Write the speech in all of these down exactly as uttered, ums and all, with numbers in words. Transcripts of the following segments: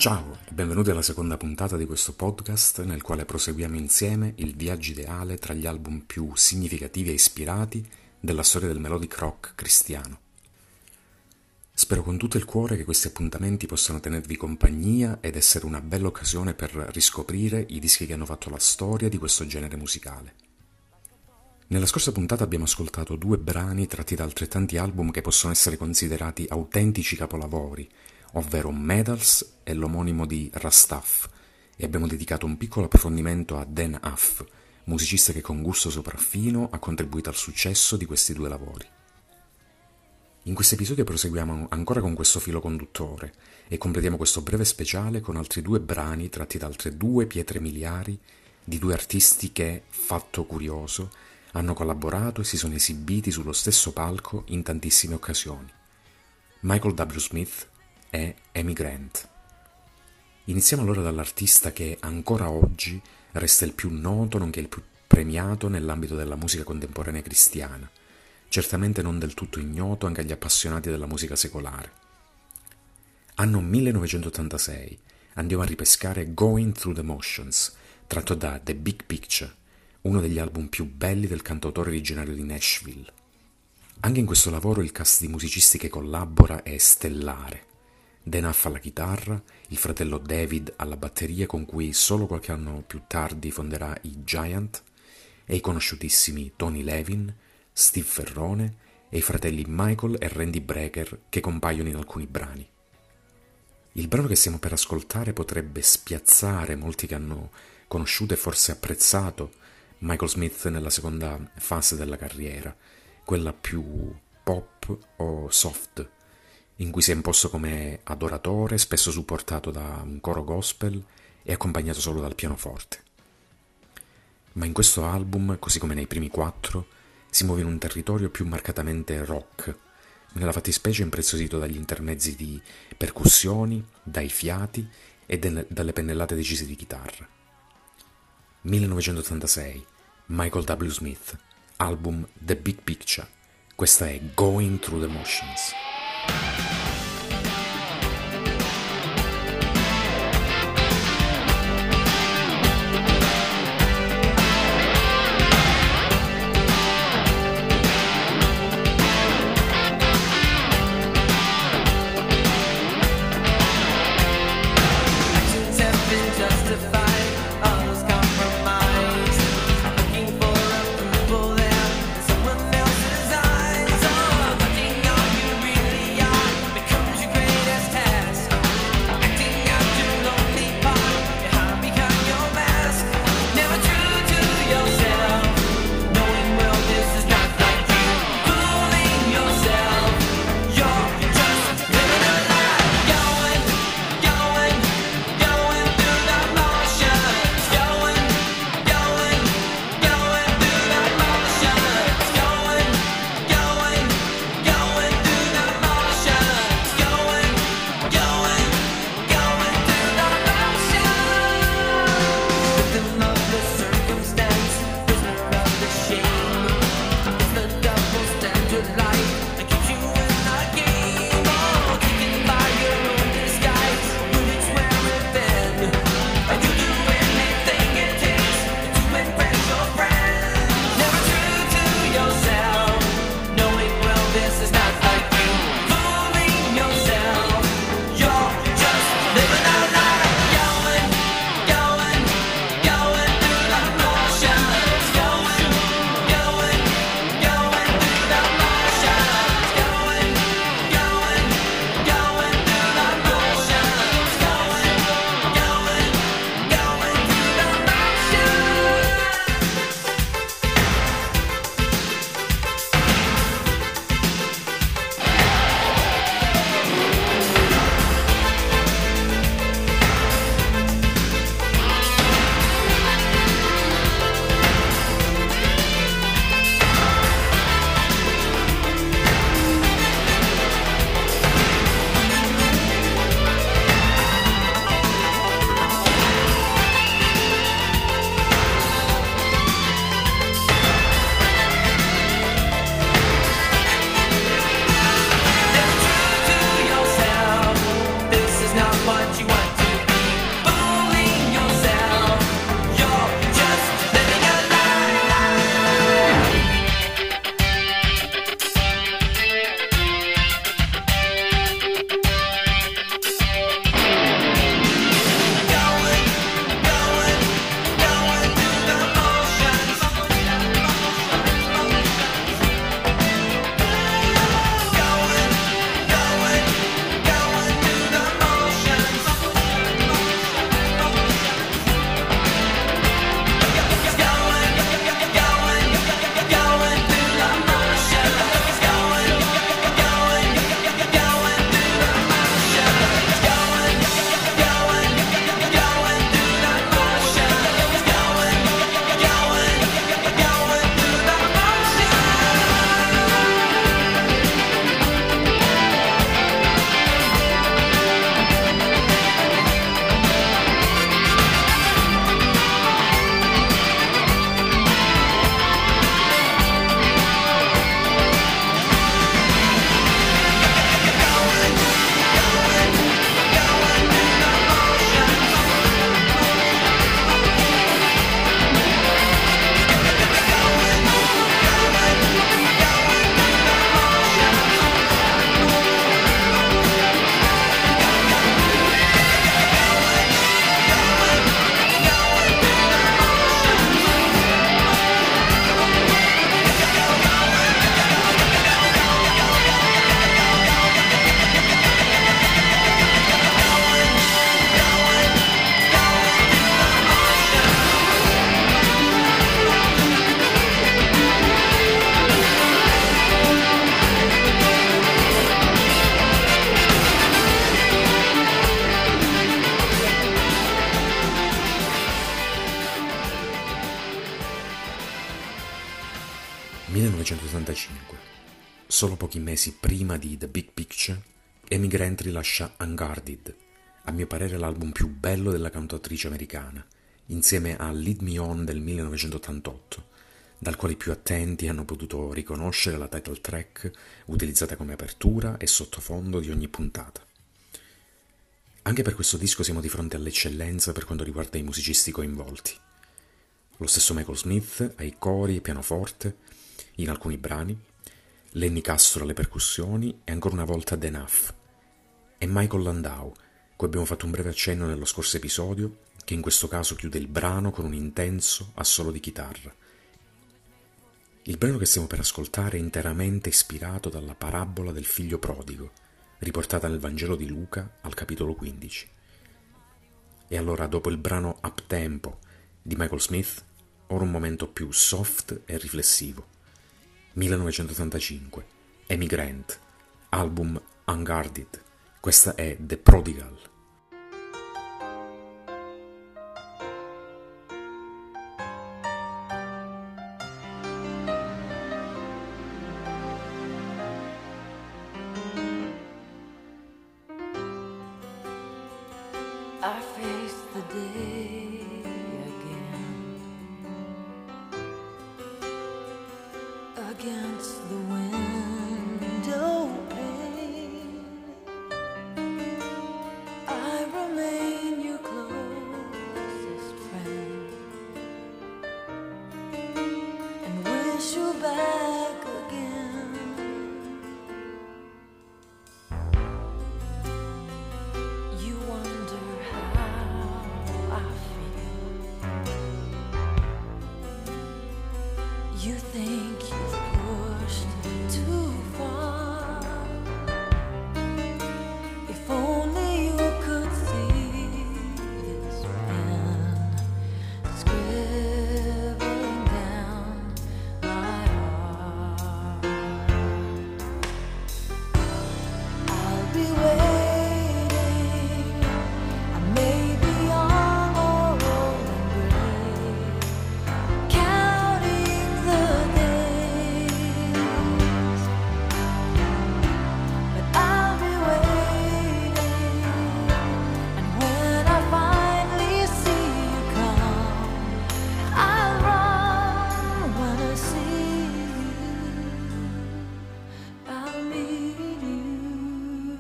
Ciao e benvenuti alla seconda puntata di questo podcast nel quale proseguiamo insieme il viaggio ideale tra gli album più significativi e ispirati della storia del melodic rock cristiano. Spero con tutto il cuore che questi appuntamenti possano tenervi compagnia ed essere una bella occasione per riscoprire i dischi che hanno fatto la storia di questo genere musicale. Nella scorsa puntata abbiamo ascoltato due brani tratti da altrettanti album che possono essere considerati autentici capolavori, ovvero Medals e l'omonimo di Rastaf, e abbiamo dedicato un piccolo approfondimento a Dan Huff, musicista che con gusto sopraffino ha contribuito al successo di questi due lavori. In questo episodio proseguiamo ancora con questo filo conduttore e completiamo questo breve speciale con altri due brani tratti da altre due pietre miliari di due artisti che, fatto curioso, hanno collaborato e si sono esibiti sullo stesso palco in tantissime occasioni. Michael W. Smith e Amy Grant. Iniziamo allora dall'artista che ancora oggi resta il più noto nonché il più premiato nell'ambito della musica contemporanea cristiana, certamente non del tutto ignoto anche agli appassionati della musica secolare. Anno millenovecentottantasei, andiamo a ripescare Going Through the Motions, tratto da The Big Picture, uno degli album più belli del cantautore originario di Nashville. Anche in questo lavoro il cast di musicisti che collabora è stellare. Dan Huff alla chitarra, il fratello David alla batteria con cui solo qualche anno più tardi fonderà i Giant, e i conosciutissimi Tony Levin, Steve Ferrone e i fratelli Michael e Randy Brecker che compaiono in alcuni brani. Il brano che stiamo per ascoltare potrebbe spiazzare molti che hanno conosciuto e forse apprezzato Michael Smith nella seconda fase della carriera, quella più pop o soft, in cui si è imposto come adoratore, spesso supportato da un coro gospel e accompagnato solo dal pianoforte. Ma in questo album, così come nei primi quattro, si muove in un territorio più marcatamente rock, nella fattispecie impreziosito dagli intermezzi di percussioni, dai fiati e de- dalle pennellate decise di chitarra. millenovecentottantasei, Michael W. Smith, album The Big Picture. Questa è Going Through the Motions. Someone else's eyes, oh, hunting all you really are. millenovecentottantacinque. Solo pochi mesi prima di The Big Picture, Amy Grant rilascia Unguarded, a mio parere l'album più bello della cantautrice americana, insieme a Lead Me On del millenovecentottantotto, dal quale i più attenti hanno potuto riconoscere la title track utilizzata come apertura e sottofondo di ogni puntata. Anche per questo disco siamo di fronte all'eccellenza per quanto riguarda i musicisti coinvolti. Lo stesso Michael Smith ai cori e pianoforte in alcuni brani, Lenny Castro alle percussioni e ancora una volta The Nuff, e Michael Landau, cui abbiamo fatto un breve accenno nello scorso episodio, che in questo caso chiude il brano con un intenso assolo di chitarra. Il brano che stiamo per ascoltare è interamente ispirato dalla parabola del figlio prodigo, riportata nel Vangelo di Luca al capitolo quindici. E allora, dopo il brano up-tempo di Michael Smith, ora un momento più soft e riflessivo. millenovecentottantacinque, Amy Grant, album Unguarded. Questa è The Prodigal. I face the day again, against the window pane. I remain your closest friend, and wish you back again. You wonder how I feel. You think you've pushed too far. If only you could see this pen scribbling down my heart. I'll be waiting. I may be young or old and gray, counting the days, but I'll be waiting. And when I finally see you come, I'll run. When I see you, I'll meet you.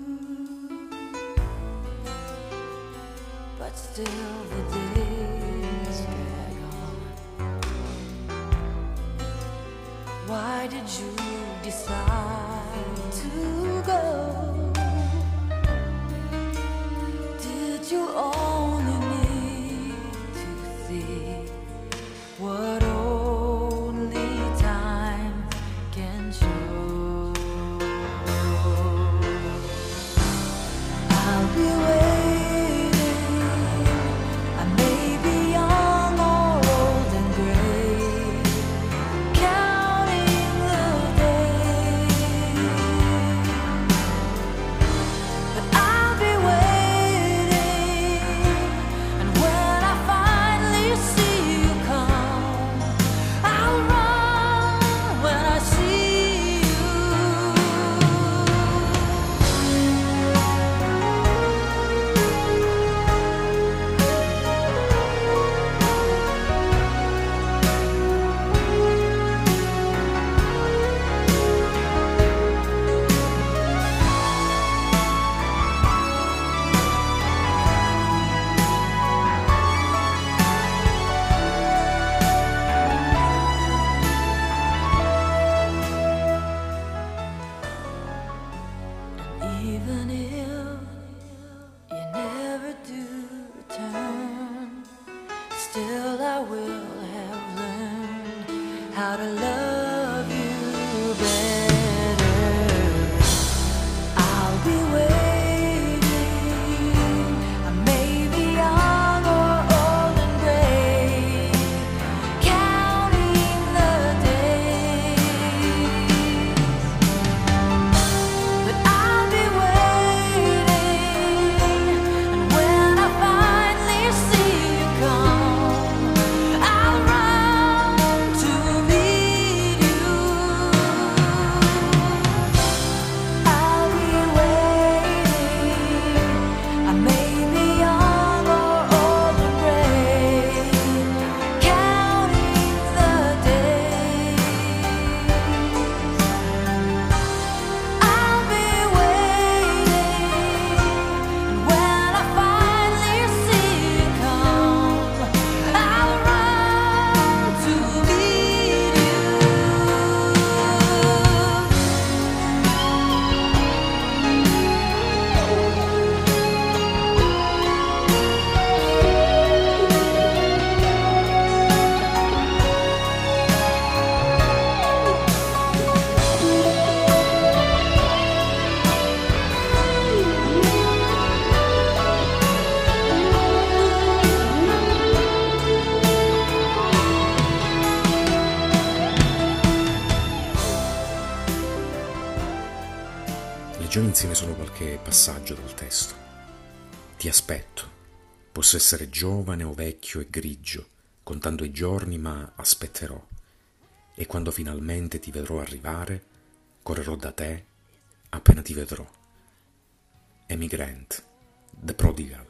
But still the days drag on. Why did you decide to go? Did you only need to see what only time can show? I'll be waiting. I may be young or old and gray, counting the days, but I'll be waiting. And when I finally see you come, I'll run. When I see you. Even if you never do return, still I will have learned how to love you better. I'll be waiting. I may be young or old and gray, counting the days, but I'll be waiting. And when I finally see you come, I'll run to meet solo qualche passaggio del testo. Ti aspetto. Posso essere giovane o vecchio e grigio, contando i giorni, ma aspetterò. E quando finalmente ti vedrò arrivare, correrò da te appena ti vedrò. Amy Grant, The Prodigal.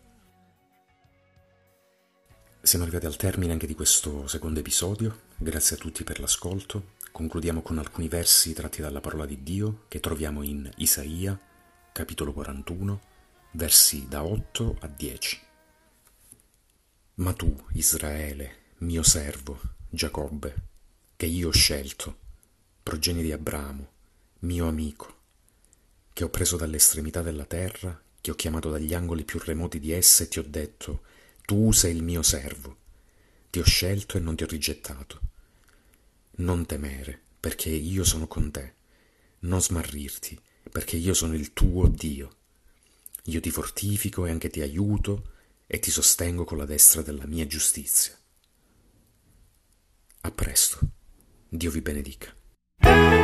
Siamo arrivati al termine anche di questo secondo episodio. Grazie a tutti per l'ascolto. Concludiamo con alcuni versi tratti dalla parola di Dio che troviamo in Isaia, capitolo quarantuno, versi da otto a dieci. Ma tu, Israele, mio servo, Giacobbe, che io ho scelto, progenie di Abramo, mio amico, che ho preso dalle estremità della terra, che ho chiamato dagli angoli più remoti di essa e ti ho detto: tu sei il mio servo, ti ho scelto e non ti ho rigettato. Non temere, perché io sono con te, non smarrirti, perché io sono il tuo Dio. Io ti fortifico e anche ti aiuto e ti sostengo con la destra della mia giustizia. A presto, Dio vi benedica.